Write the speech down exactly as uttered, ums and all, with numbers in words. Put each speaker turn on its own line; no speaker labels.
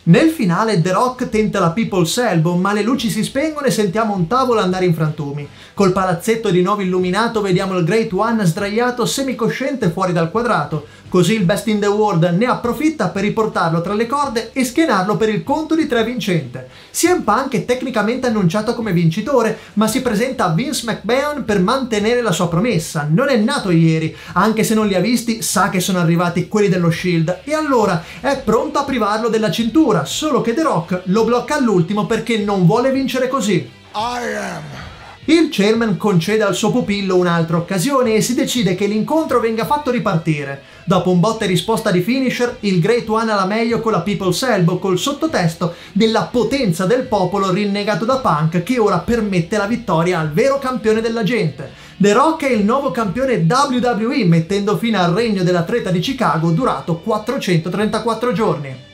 Nel finale The Rock tenta la People's Elbow, ma le luci si spengono e sentiamo un tavolo andare in frantumi. Col palazzetto di nuovo illuminato vediamo il Great One sdraiato semicosciente fuori dal quadrato. Così il Best in the World ne approfitta per riportarlo tra le corde e schienarlo per il conto di tre vincente. C M Punk è tecnicamente annunciato come vincitore, ma si presenta a Vince McMahon per mantenere la sua promessa. Non è nato ieri, anche se non li ha visti sa che sono arrivati quelli dello Shield e allora è pronto a privarlo della cintura, solo che The Rock lo blocca all'ultimo perché non vuole vincere così.
I am.
Il chairman concede al suo pupillo un'altra occasione e si decide che l'incontro venga fatto ripartire. Dopo un botta e risposta di finisher, il Great One ha la meglio con la People's Elbow col sottotesto della potenza del popolo rinnegato da Punk che ora permette la vittoria al vero campione della gente. The Rock è il nuovo campione W W E mettendo fine al regno dell'atleta di Chicago durato quattrocentotrentaquattro giorni.